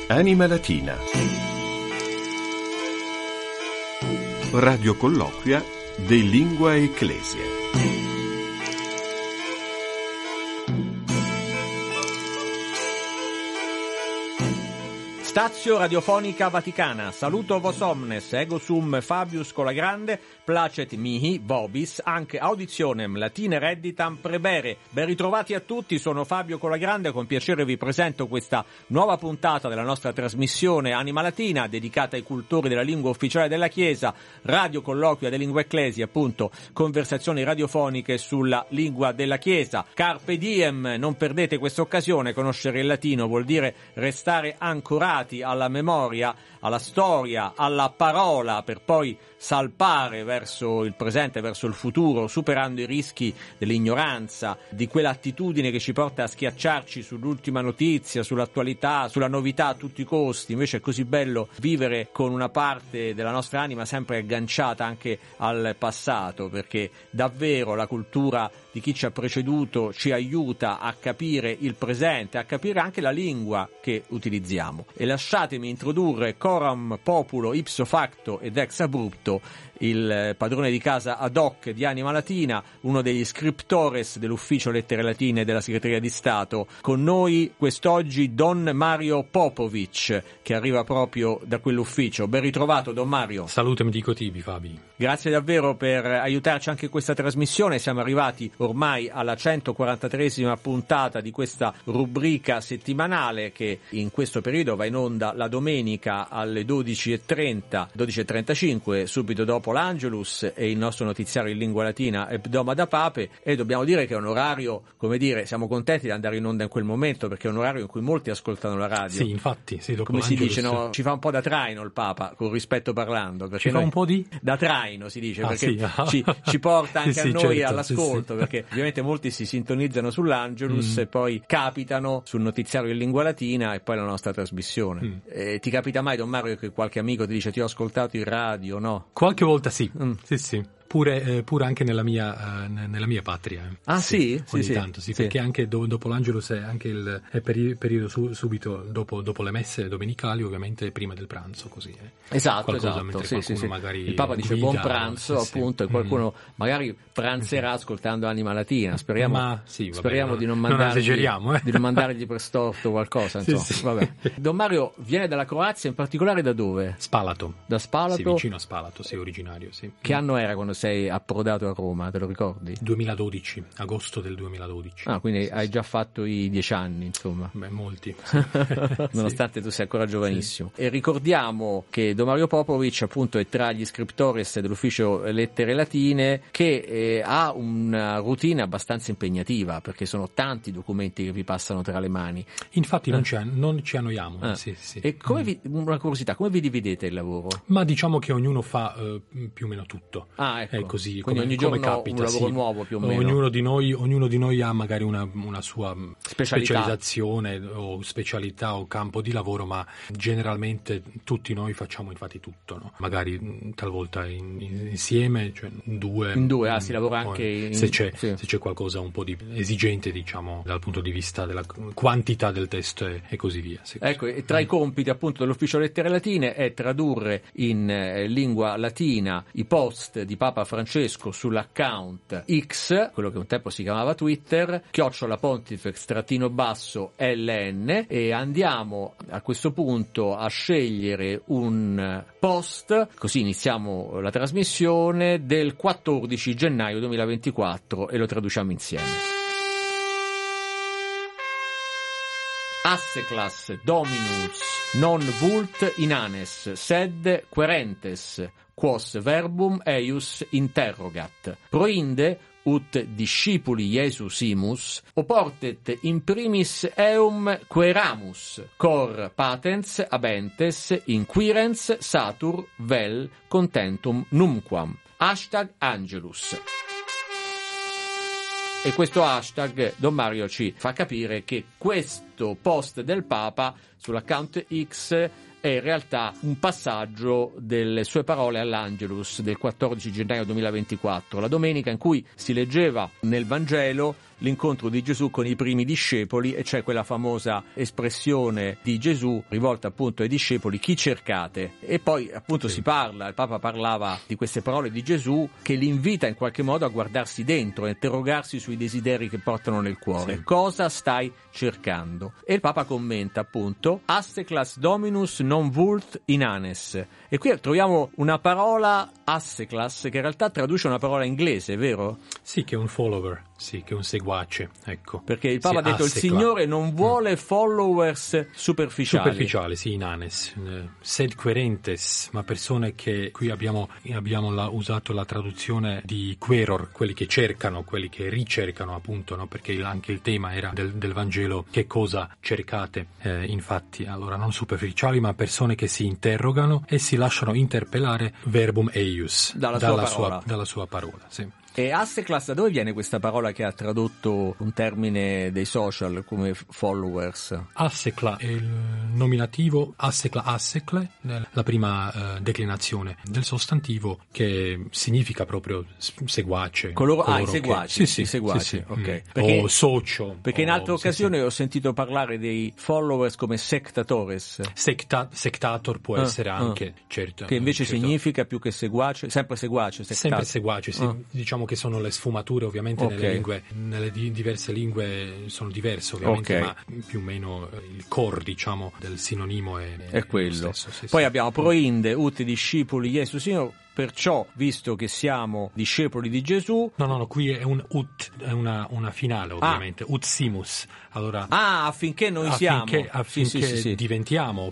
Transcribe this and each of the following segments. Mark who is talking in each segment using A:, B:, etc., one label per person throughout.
A: Anima Latina. Radio colloquia de Lingua Ecclesia.
B: Stazio Radiofonica Vaticana, saluto vos omnes, ego sum Fabius Colagrande, placet mihi, vobis, anche auditionem latine redditam prebere. Ben ritrovati a tutti, sono Fabio Colagrande, con piacere vi presento questa nuova puntata della nostra trasmissione Anima Latina, dedicata ai cultori della lingua ufficiale della Chiesa, radio colloquia de Lingua Ecclesia, appunto, conversazioni radiofoniche sulla lingua della Chiesa. Carpe diem, non perdete questa occasione, conoscere il latino vuol dire restare ancorati alla memoria, alla storia, alla parola, per poi salpare verso il presente, verso il futuro, superando i rischi dell'ignoranza, di quell'attitudine che ci porta a schiacciarci sull'ultima notizia, sull'attualità, sulla novità a tutti i costi. Invece è così bello vivere con una parte della nostra anima sempre agganciata anche al passato, perché davvero la cultura di chi ci ha preceduto ci aiuta a capire il presente, a capire anche la lingua che utilizziamo. E lasciatemi introdurre coram populo ipso facto ed ex abrupto, il padrone di casa ad hoc di Anima Latina, uno degli scriptores dell'ufficio Lettere Latine della Segreteria di Stato. Con noi quest'oggi Don Mario Popovic, che arriva proprio da quell'ufficio. Ben ritrovato, Don Mario.
C: Salutami dico tibi, Fabi.
B: Grazie davvero per aiutarci anche in questa trasmissione. Siamo arrivati ormai alla 143esima puntata di questa rubrica settimanale che in questo periodo va in onda la domenica alle 12:30, 12:35, subito dopo l'Angelus e il nostro notiziario in lingua latina Hebdoma da Pape. E dobbiamo dire che è un orario, come dire, siamo contenti di andare in onda in quel momento, perché è un orario in cui molti ascoltano la radio.
C: Sì, infatti, sì, dopo
B: come si
C: l'Angelus,
B: dice, no? Ci fa un po' da traino il Papa, con rispetto parlando, perché
C: ci fa un po' di
B: da traino, si dice, perché
C: sì.
B: ci porta anche
C: sì,
B: a noi
C: certo,
B: all'ascolto,
C: sì.
B: Perché ovviamente molti si sintonizzano sull'Angelus e poi capitano sul notiziario in lingua latina e poi la nostra trasmissione. Ti capita mai, Don Mario, che qualche amico ti dice ti ho ascoltato in radio, no?
C: Qualche volta sì, sì. Pure anche nella mia patria.
B: Ah sì?
C: Ogni tanto, sì, perché anche dopo l'Angelus è anche il periodo subito dopo le messe domenicali, ovviamente prima del pranzo, così.
B: Esatto.
C: Sì. Magari
B: il Papa dice buon pranzo, appunto, e qualcuno magari pranzerà ascoltando Anima Latina. Speriamo di non mandargli per storto qualcosa, insomma.
C: Sì.
B: Vabbè. Don Mario viene dalla Croazia, in particolare da dove?
C: Spalato.
B: Da Spalato?
C: Sì, vicino a Spalato, sei originario, sì.
B: Che anno era quando sei approdato a Roma, te lo ricordi?
C: 2012, agosto del 2012.
B: Ah, quindi hai già fatto i 10 anni, insomma.
C: Beh, molti.
B: Nonostante tu sia ancora giovanissimo. Sì. E ricordiamo che Don Mario Popovic, appunto, è tra gli scriptores dell'ufficio Lettere Latine, che ha una routine abbastanza impegnativa, perché sono tanti documenti che vi passano tra le mani.
C: Infatti non ci annoiamo. Sì.
B: E una curiosità, come vi dividete il lavoro?
C: Ma diciamo che ognuno fa più o meno tutto.
B: Ah, ecco.
C: È così,
B: quindi ogni giorno
C: capita,
B: un lavoro nuovo più o meno.
C: Ognuno di noi ha magari una sua specializzazione o specialità o campo di lavoro, ma generalmente tutti noi facciamo infatti tutto, no? Magari talvolta insieme, cioè in due,
B: si lavora anche
C: se c'è qualcosa un po' di esigente, diciamo, dal punto di vista della quantità del testo e così via. Sì.
B: Ecco, e tra i compiti appunto dell'ufficio Lettere Latine è tradurre in lingua latina i post di Papa Francesco sull'account X, quello che un tempo si chiamava Twitter, @pontifex_LN, e andiamo a questo punto a scegliere un post, così iniziamo la trasmissione, del 14 gennaio 2024 e lo traduciamo insieme. Asseclas Dominus non vult inanes, sed querentes, quos verbum eius interrogat. Proinde ut discipuli Iesus imus, oportet in primis eum queramus, cor patens abentes inquirens satur vel contentum numquam. #Angelus. E questo hashtag, Don Mario, ci fa capire che questo post del Papa sull'account X è in realtà un passaggio delle sue parole all'Angelus del 14 gennaio 2024, la domenica in cui si leggeva nel Vangelo l'incontro di Gesù con i primi discepoli, e c'è quella famosa espressione di Gesù rivolta appunto ai discepoli: chi cercate? E poi appunto si parla, il Papa parlava di queste parole di Gesù che li invita in qualche modo a guardarsi dentro, a interrogarsi sui desideri che portano nel cuore. Cosa stai cercando? E il Papa commenta appunto: Asseclas Dominus non vult in anes. E qui troviamo una parola, asseclas, che in realtà traduce una parola inglese, vero?
C: Sì, che è un follower, sì, che è un seguace, ecco.
B: Perché il Papa ha detto:
C: assecla.
B: Il Signore non vuole followers superficiali.
C: Superficiali, sì, in anes. Sed querentes, ma persone che qui abbiamo usato la traduzione di queror, quelli che cercano, quelli che ricercano appunto, no? Perché anche il tema era del Vangelo: che cosa cercate? Infatti, allora non superficiali, ma persone che si interrogano e si lasciano interpellare verbum eius, dalla sua parola, sì.
B: E asseclas, da dove viene questa parola che ha tradotto un termine dei social come followers?
C: Assecla è il nominativo, assecle, la prima declinazione del sostantivo, che significa proprio seguace.
B: I seguaci, sì, seguaci, sì. Okay.
C: O socio.
B: Perché in altre occasioni ho sentito parlare dei followers come sectatores.
C: Sectator può essere anche, certo.
B: Che invece significa più che seguace, sempre seguace.
C: Sempre seguace, sì. Diciamo che sono le sfumature, ovviamente nelle diverse lingue sono diverse ovviamente, ma più o meno il core, diciamo, del sinonimo è quello. Stesso,
B: Poi abbiamo proinde ut discipuli Gesù Signor. Perciò, visto che siamo discepoli di Gesù...
C: No, qui è un ut, è una finale ovviamente, ut simus. Allora,
B: affinché noi siamo...
C: Affinché diventiamo.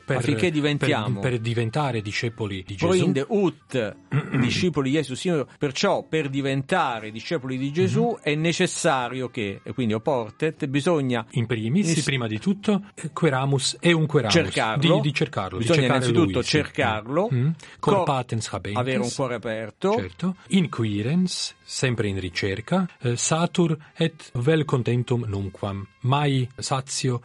C: Per diventare discepoli di Gesù.
B: Proinde ut discepoli Gesù Signor. Perciò, per diventare discepoli di Gesù è necessario che, e quindi oportet, bisogna...
C: In primis, prima di tutto, queramus è un queramus.
B: Cercarlo.
C: Di cercarlo.
B: Bisogna
C: di cercare
B: innanzitutto
C: lui,
B: cercarlo.
C: Cor patens habentes.
B: Avere un cuore aperto.
C: Certo. Inquirens, sempre in ricerca. Satur et vel contentum nunquam. Mai sazio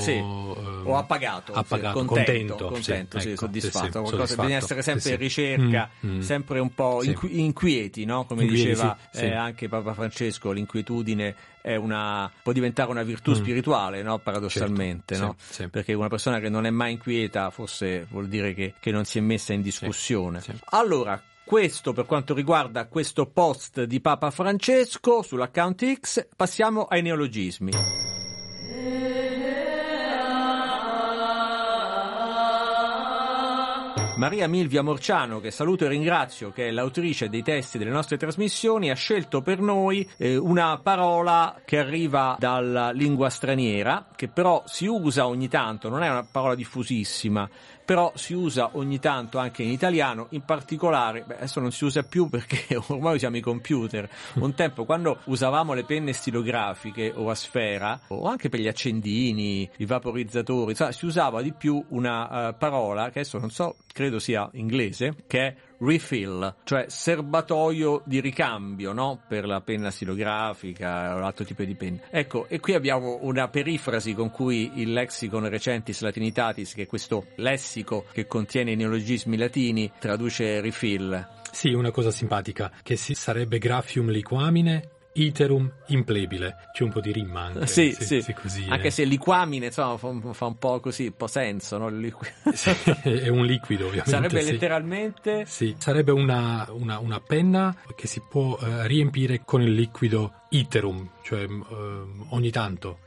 B: o appagato. Contento, soddisfatto. Bisogna essere sempre in ricerca, sempre un po' inquieti, no? Come diceva anche Papa Francesco, l'inquietudine può diventare una virtù spirituale, no? Paradossalmente, certo, no? Sì. Perché una persona che non è mai inquieta forse vuol dire che non si è messa in discussione. Sì. Allora, questo per quanto riguarda questo post di Papa Francesco sull'account X. Passiamo ai neologismi. Maria Milvia Morciano, che saluto e ringrazio, che è l'autrice dei testi delle nostre trasmissioni, ha scelto per noi una parola che arriva dalla lingua straniera, che però si usa ogni tanto, non è una parola diffusissima, però si usa ogni tanto anche in italiano, in particolare, adesso non si usa più perché ormai usiamo i computer. Un tempo, quando usavamo le penne stilografiche o a sfera, o anche per gli accendini, i vaporizzatori, si usava di più una parola che adesso non so, credo sia inglese, che è refill, cioè serbatoio di ricambio, no? Per la penna stilografica o l'altro tipo di penna. Ecco, e qui abbiamo una perifrasi con cui il Lexicon Recentis Latinitatis, che è questo lessico che contiene i neologismi latini, traduce refill.
C: Sì, una cosa simpatica, che sarebbe graphium liquamine iterum implebile, c'è un po' di rimma anche.
B: Sì, così, anche se liquamine insomma fa un po' così, un po' senso, no?
C: Sì, è un liquido ovviamente.
B: Sarebbe letteralmente?
C: Sì, sarebbe una penna che si può riempire con il liquido iterum, cioè ogni tanto.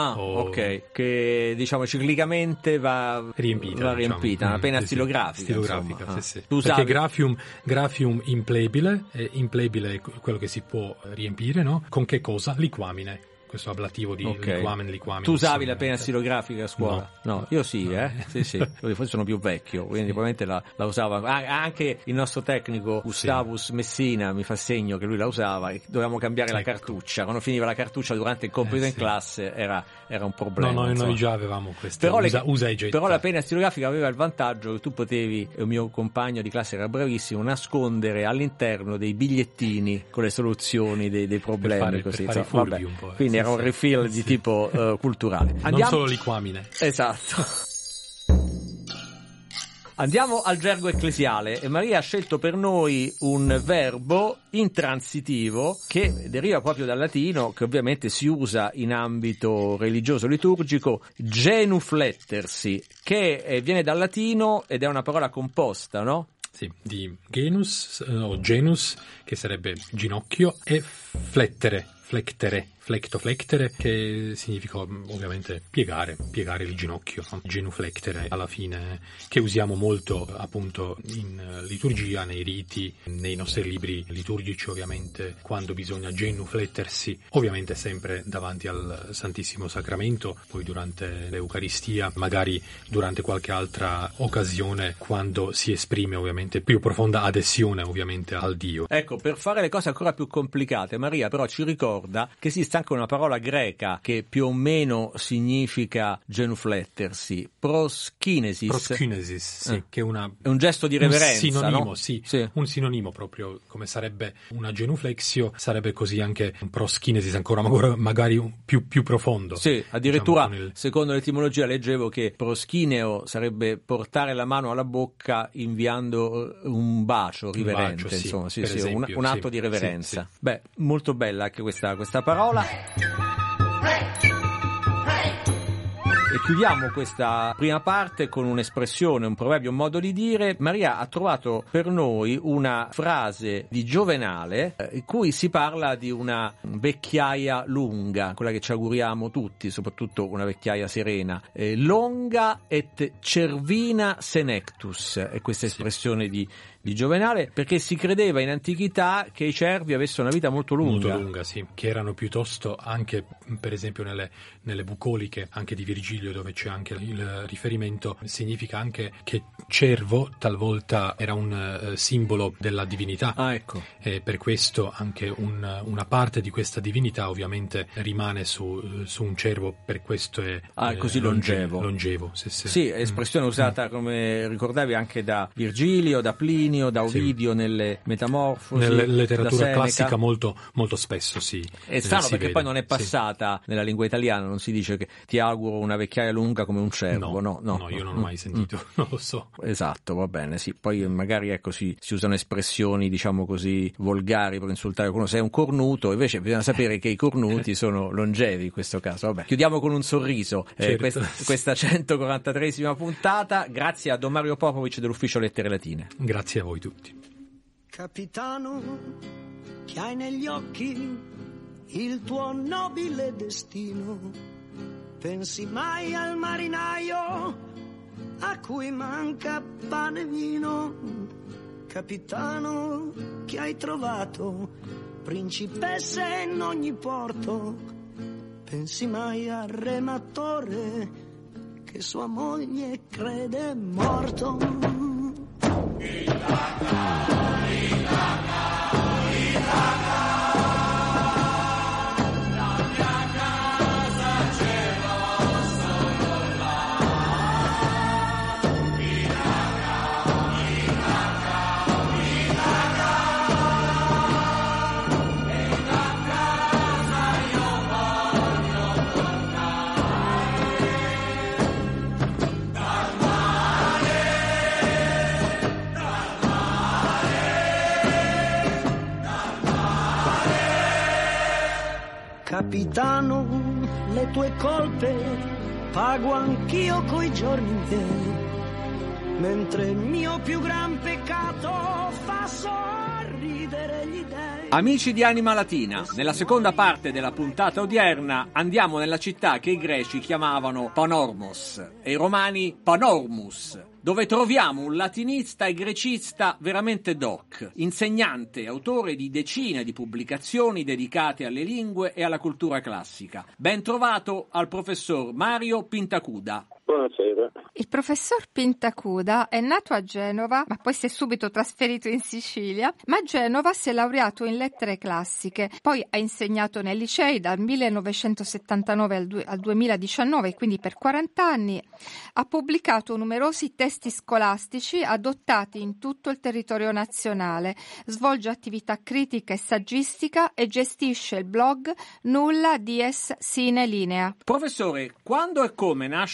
B: Ok, che diciamo ciclicamente va riempita,
C: diciamo.
B: Una penna stilografica,
C: sì. Perché graphium implebile è quello che si può riempire, no? Con che cosa? Liquamine. Questo ablativo di liquamen.
B: Tu usavi la penna stilografica a scuola? No, io sì, sì. Forse sono più vecchio, quindi probabilmente la usava. Anche il nostro tecnico Gustavus Messina mi fa segno che lui la usava e dovevamo cambiare la cartuccia. Quando finiva la cartuccia durante il compito in classe era un problema.
C: Noi già avevamo questo. Però
B: la penna stilografica aveva il vantaggio che tu potevi, e un mio compagno di classe era bravissimo, nascondere all'interno dei bigliettini con le soluzioni dei problemi.
C: Per fare i furbi un po'.
B: Quindi era un refill di tipo culturale.
C: Non solo liquamine.
B: Esatto. Andiamo al gergo ecclesiale e Maria ha scelto per noi un verbo intransitivo che deriva proprio dal latino, che ovviamente si usa in ambito religioso liturgico, genuflettersi, che viene dal latino ed è una parola composta, no?
C: Sì, di genus o genus, che sarebbe ginocchio, e flettere, flectere, che significa ovviamente piegare il ginocchio, genuflectere alla fine, che usiamo molto appunto in liturgia, nei riti, nei nostri libri liturgici ovviamente, quando bisogna genuflettersi, ovviamente sempre davanti al Santissimo Sacramento, poi durante l'Eucaristia, magari durante qualche altra occasione, quando si esprime ovviamente più profonda adesione ovviamente al Dio.
B: Ecco, per fare le cose ancora più complicate, Maria però ci ricorda che esiste anche una parola greca che più o meno significa genuflettersi, proskinesis,
C: sì, che è
B: un gesto di reverenza,
C: un sinonimo,
B: no?
C: sì, un sinonimo proprio, come sarebbe una genuflexio, sarebbe così anche un proskinesis, ancora magari più profondo.
B: Sì, addirittura secondo l'etimologia leggevo che proschineo sarebbe portare la mano alla bocca inviando un bacio riverente,
C: sì,
B: insomma,
C: esempio,
B: un atto di reverenza.
C: Sì.
B: Beh, molto bella anche questa parola. E chiudiamo questa prima parte con un'espressione, un proverbio, un modo di dire. Maria ha trovato per noi una frase di Giovenale in cui si parla di una vecchiaia lunga, quella che ci auguriamo tutti, soprattutto una vecchiaia serena. Longa et cervina senectus è questa espressione di Giovenale, perché si credeva in antichità che i cervi avessero una vita molto lunga.
C: Molto lunga, sì, che erano piuttosto anche, per esempio, nelle bucoliche, anche di Virgilio, dove c'è anche il riferimento, significa anche che cervo talvolta era un simbolo della divinità.
B: Ah, ecco.
C: E per questo anche una parte di questa divinità ovviamente rimane su un cervo, per questo è
B: così longevo.
C: Sì,
B: è espressione usata, come ricordavi, anche da Virgilio, da Plinio, da Ovidio, nelle Metamorfosi,
C: nella letteratura classica molto, molto spesso, sì.
B: È strano perché
C: vede.
B: poi non è passata nella lingua italiana, non si dice che ti auguro una vecchiaia lunga come un cervo, no,
C: io non ho mai sentito, non lo so.
B: Esatto, va bene, sì. Poi magari si usano espressioni, diciamo così, volgari per insultare qualcuno. Sei un cornuto, invece bisogna sapere che i cornuti sono longevi in questo caso. Vabbè, chiudiamo con un sorriso
C: certo.
B: questa 143esima puntata. Grazie a Don Mario Popovic dell'Ufficio Lettere Latine.
C: Grazie a voi tutti.
D: Capitano, che hai negli occhi il tuo nobile destino, pensi mai al marinaio a cui manca pane e vino? Capitano, che hai trovato principesse in ogni porto, pensi mai al rematore che sua moglie crede morto? Capitano, le tue colpe pago anch'io coi giorni miei, mentre il mio più gran peccato fa sorridere gli dèi.
B: Amici di Anima Latina, nella seconda parte della puntata odierna andiamo nella città che i greci chiamavano Panormos e i romani Panormus, dove troviamo un latinista e grecista veramente doc, insegnante e autore di decine di pubblicazioni dedicate alle lingue e alla cultura classica. Ben trovato al professor Mario Pintacuda.
E: Buonasera.
F: Il professor Pintacuda è nato a Genova, ma poi si è subito trasferito in Sicilia, ma a Genova si è laureato in lettere classiche, poi ha insegnato nei licei dal 1979 al 2019, quindi per 40 anni, ha pubblicato numerosi testi scolastici adottati in tutto il territorio nazionale, svolge attività critica e saggistica e gestisce il blog Nulla Dies Sine Linea.
B: Professore, quando e come nasce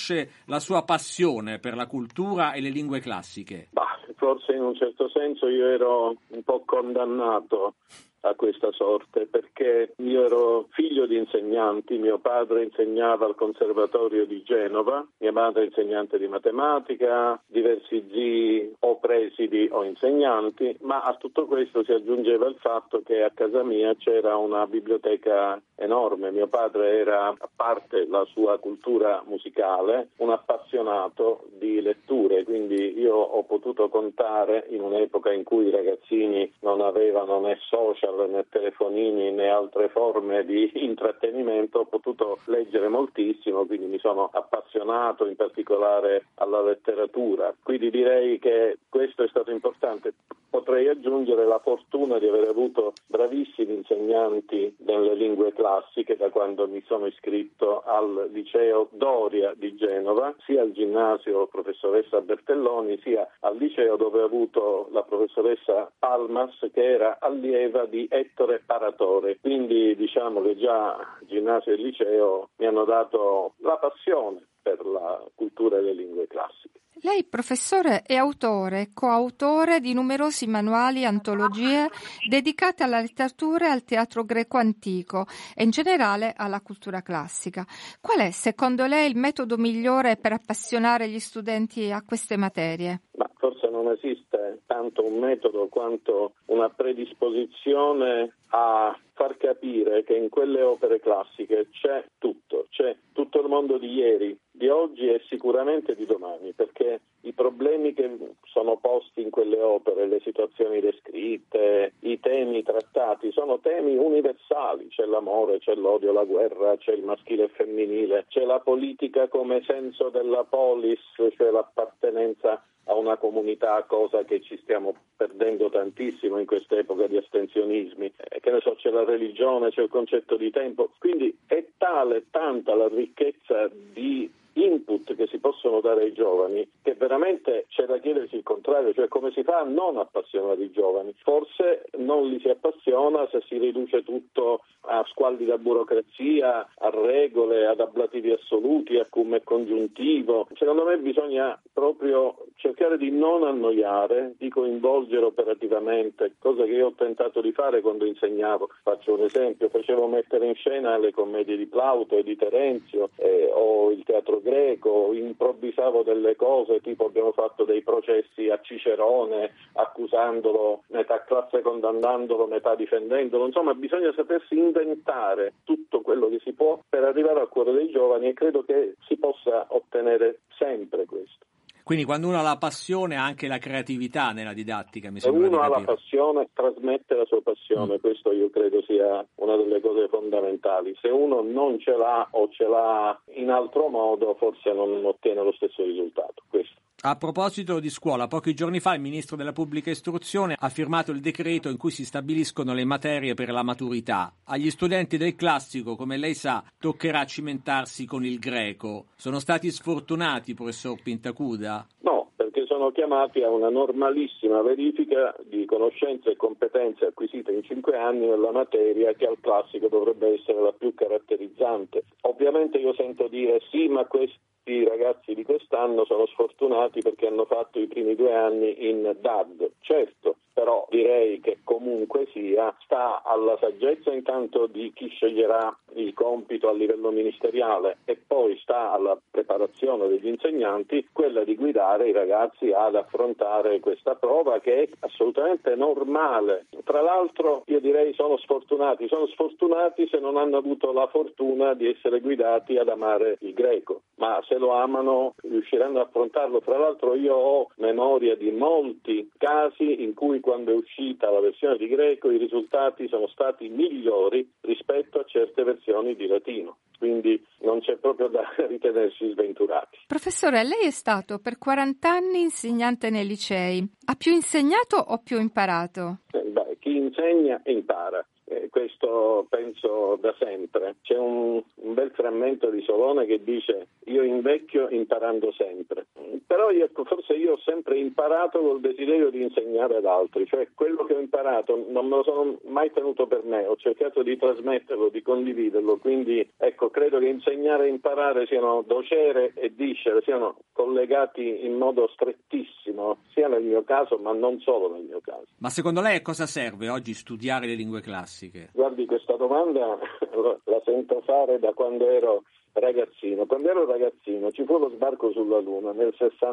B: la sua passione per la cultura e le lingue classiche?
E: Forse in un certo senso io ero un po' condannato a questa sorte, perché io ero figlio di insegnanti, mio padre insegnava al Conservatorio di Genova, mia madre insegnante di matematica, diversi zii o presidi o insegnanti, ma a tutto questo si aggiungeva il fatto che a casa mia c'era una biblioteca enorme. Mio padre era, a parte la sua cultura musicale, un appassionato di letture, quindi io ho potuto contare, in un'epoca in cui i ragazzini non avevano né social né telefonini né altre forme di intrattenimento, ho potuto leggere moltissimo, quindi mi sono appassionato in particolare alla letteratura. Quindi direi che questo è stato importante. Potrei aggiungere la fortuna di aver avuto bravissimi insegnanti delle lingue classiche da quando mi sono iscritto al liceo Doria di Genova, sia al ginnasio professoressa Bertelloni, sia al liceo dove ho avuto la professoressa Palmas, che era allieva di Ettore Paratore. Quindi diciamo che già ginnasio e liceo mi hanno dato la passione per la cultura e le lingue classiche.
F: Lei, professore, è autore, coautore di numerosi manuali e antologie dedicate alla letteratura e al teatro greco antico e in generale alla cultura classica. Qual è, secondo lei, il metodo migliore per appassionare gli studenti a queste materie?
E: Forse non esiste tanto un metodo quanto una predisposizione a far capire che in quelle opere classiche c'è tutto il mondo di ieri, di oggi e sicuramente di domani, perché i problemi che sono posti in quelle opere, le situazioni descritte, i temi trattati, sono temi universali. C'è l'amore, c'è l'odio, la guerra, c'è il maschile e femminile, c'è la politica come senso della polis, cioè l'appartenenza a una comunità, cosa che ci stiamo perdendo tantissimo in quest'epoca di astensionismi. Che ne so, c'è la religione, c'è il concetto di tempo. Quindi è tanta la ricchezza di input che si possono dare ai giovani che veramente c'è da chiedersi il contrario, cioè come si fa a non appassionare i giovani. Forse non li si appassiona se si riduce tutto a squallida burocrazia, a regole, ad ablativi assoluti, a cum e congiuntivo. Secondo me bisogna proprio cercare di non annoiare, di coinvolgere operativamente, cosa che io ho tentato di fare quando insegnavo. Faccio un esempio, facevo mettere in scena le commedie di Plauto e di Terenzio o il teatro greco, improvvisavo delle cose, tipo abbiamo fatto dei processi a Cicerone accusandolo, metà classe condannandolo, metà difendendolo. Insomma, bisogna sapersi inventare tutto quello che si può per arrivare al cuore dei giovani e credo che si possa ottenere sempre questo.
B: Quindi quando uno ha la passione ha anche la creatività nella didattica, mi sembra.
E: Se uno ha la passione, trasmette la sua passione, questo io credo sia una delle cose fondamentali. Se uno non ce l'ha o ce l'ha in altro modo, forse non ottiene lo stesso risultato. Questo.
B: A proposito di scuola, pochi giorni fa il ministro della pubblica istruzione ha firmato il decreto in cui si stabiliscono le materie per la maturità. Agli studenti del classico, come lei sa, toccherà cimentarsi con il greco. Sono stati sfortunati, professor Pintacuda?
E: No, perché sono chiamati a una normalissima verifica di conoscenze e competenze acquisite in 5 anni nella materia, che al classico dovrebbe essere la più caratterizzante. Ovviamente io sento dire sì, ma i ragazzi di quest'anno sono sfortunati perché hanno fatto i primi 2 anni in DAD. Certo, però direi che comunque sia, sta alla saggezza intanto di chi sceglierà il compito a livello ministeriale e poi sta alla preparazione degli insegnanti quella di guidare i ragazzi ad affrontare questa prova, che è assolutamente normale. Tra l'altro io direi sono sfortunati se non hanno avuto la fortuna di essere guidati ad amare il greco, ma se lo amano riusciranno ad affrontarlo. Fra l'altro io ho memoria di molti casi in cui quando è uscita la versione di greco i risultati sono stati migliori rispetto a certe versioni di latino, quindi non c'è proprio da ritenersi sventurati.
F: Professore, lei è stato per 40 anni insegnante nei licei. Ha più insegnato o più imparato?
E: Chi insegna impara. Questo penso da sempre. C'è un bel frammento di Solone che dice: io invecchio imparando sempre. Però forse io ho sempre imparato col desiderio di insegnare ad altri, cioè quello che ho imparato non me lo sono mai tenuto per me, ho cercato di trasmetterlo, di condividerlo, quindi ecco, credo che insegnare e imparare siano docere e discere, siano collegati in modo strettissimo, sia nel mio caso ma non solo nel mio caso.
B: Ma secondo lei a cosa serve oggi studiare le lingue classiche?
E: Guardi, questa domanda la sento fare da quando ero ragazzino. Quando ero ragazzino ci fu lo sbarco sulla Luna nel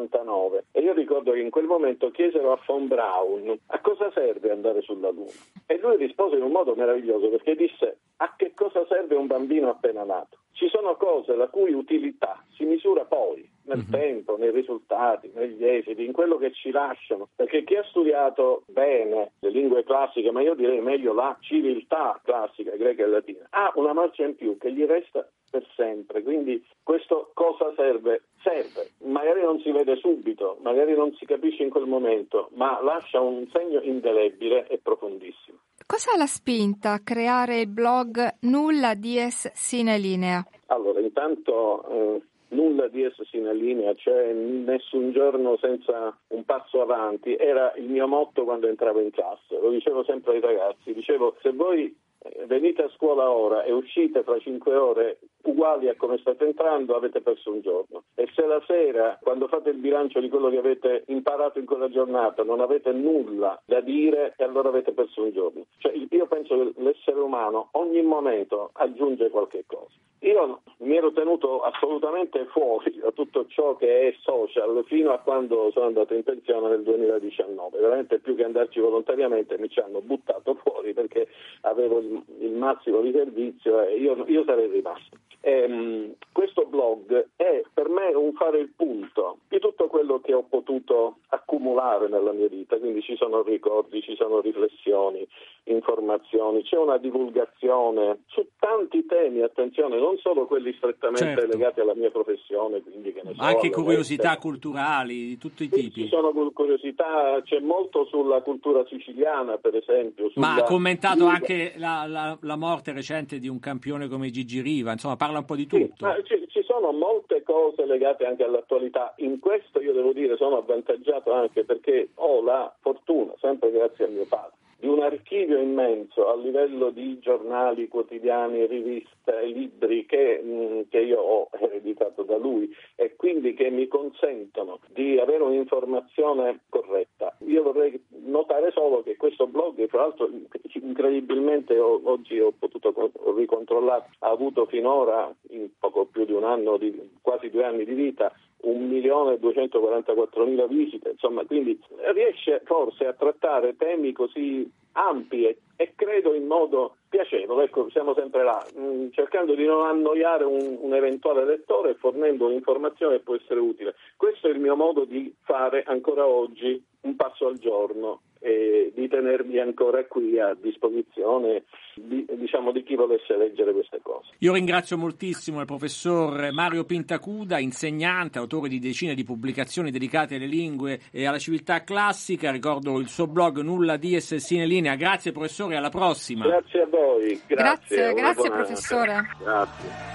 E: 69 e io ricordo che in quel momento chiesero a von Braun a cosa serve andare sulla Luna e lui rispose in un modo meraviglioso, perché disse: a che cosa serve un bambino appena nato? Ci sono cose la cui utilità si misura poi nel tempo, nei risultati, negli esiti, in quello che ci lasciano, perché chi ha studiato bene le lingue classiche, ma io direi meglio la civiltà classica, greca e latina, ha una marcia in più che gli resta per sempre. Quindi questo cosa serve? Serve, magari non si vede subito, magari non si capisce in quel momento, ma lascia un segno indelebile e profondissimo.
F: Cosa l'ha spinta a creare il blog Nulla Dies Sine Linea?
E: Allora, intanto nulla dies sine linea, cioè nessun giorno senza un passo avanti, era il mio motto quando entravo in classe. Lo dicevo sempre ai ragazzi, dicevo: se voi venite a scuola ora e uscite fra 5 ore uguali a come state entrando, avete perso un giorno. E se la sera, quando fate il bilancio di quello che avete imparato in quella giornata, non avete nulla da dire, e allora avete perso un giorno. Cioè, io penso che l'essere umano ogni momento aggiunge qualche cosa. Io mi ero tenuto assolutamente fuori da tutto ciò che è social fino a quando sono andato in pensione nel 2019. Veramente, più che andarci volontariamente, mi ci hanno buttato fuori perché avevo il massimo di servizio e io sarei rimasto. Questo blog è per me un fare il punto di tutto quello che ho potuto accumulare nella mia vita, quindi ci sono ricordi, ci sono riflessioni, informazioni, c'è una divulgazione su tanti temi, attenzione, non solo quelli strettamente legati alla mia professione, quindi che ne so,
B: anche curiosità culturali di tutti i tipi.
E: Ci sono curiosità, c'è molto sulla cultura siciliana, per esempio.
B: Ma ha commentato anche la morte recente di un campione come Gigi Riva, insomma parla un po' di tutto.
E: Sì, ci sono molte cose legate anche all'attualità. In questo io devo dire sono avvantaggiato anche perché ho la fortuna, sempre grazie a mio padre, di un archivio immenso a livello di giornali, quotidiani, riviste, libri che io ho ereditato da lui e quindi che mi consentono di avere un'informazione corretta. Io vorrei notare solo che questo blog, tra l'altro incredibilmente oggi ho potuto ricontrollare, ha avuto finora in poco più di un anno, quasi 2 anni di vita, 1.244.000 visite, insomma, quindi riesce forse a trattare temi così ampi e credo in modo piacevole. Ecco, siamo sempre là, cercando di non annoiare un eventuale lettore e fornendo un'informazione che può essere utile. Questo è il mio modo di fare ancora oggi, un passo al giorno, e di tenermi ancora qui a disposizione di chi volesse leggere queste cose.
B: Io ringrazio moltissimo il professor Mario Pintacuda, insegnante, autore di decine di pubblicazioni dedicate alle lingue e alla civiltà classica. Ricordo il suo blog Nulla Dies Sine Linea. Grazie professore, alla prossima.
E: Grazie a voi.
F: Grazie professore.
E: Grazie.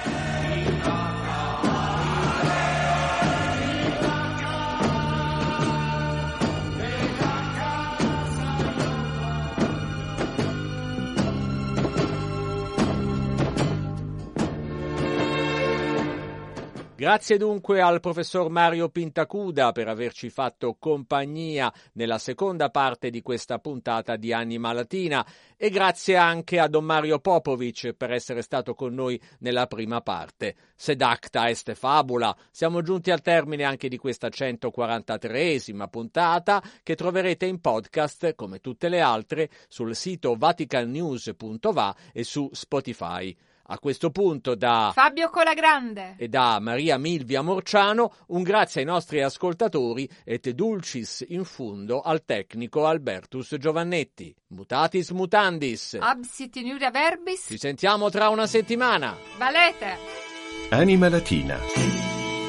B: Grazie dunque al professor Mario Pintacuda per averci fatto compagnia nella seconda parte di questa puntata di Anima Latina e grazie anche a Don Mario Popovic per essere stato con noi nella prima parte. Sed acta est fabula, siamo giunti al termine anche di questa 143esima puntata che troverete in podcast come tutte le altre sul sito vaticannews.va e su Spotify. A questo punto da
F: Fabio Colagrande
B: e da Maria Milvia Morciano un grazie ai nostri ascoltatori et dulcis in fundo al tecnico Albertus Giovannetti. Mutatis mutandis.
F: Absit in iuria verbis.
B: Ci sentiamo tra una settimana.
F: Valete.
A: Anima Latina.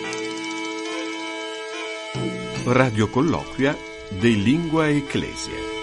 A: Radio colloquia de Lingua Ecclesia.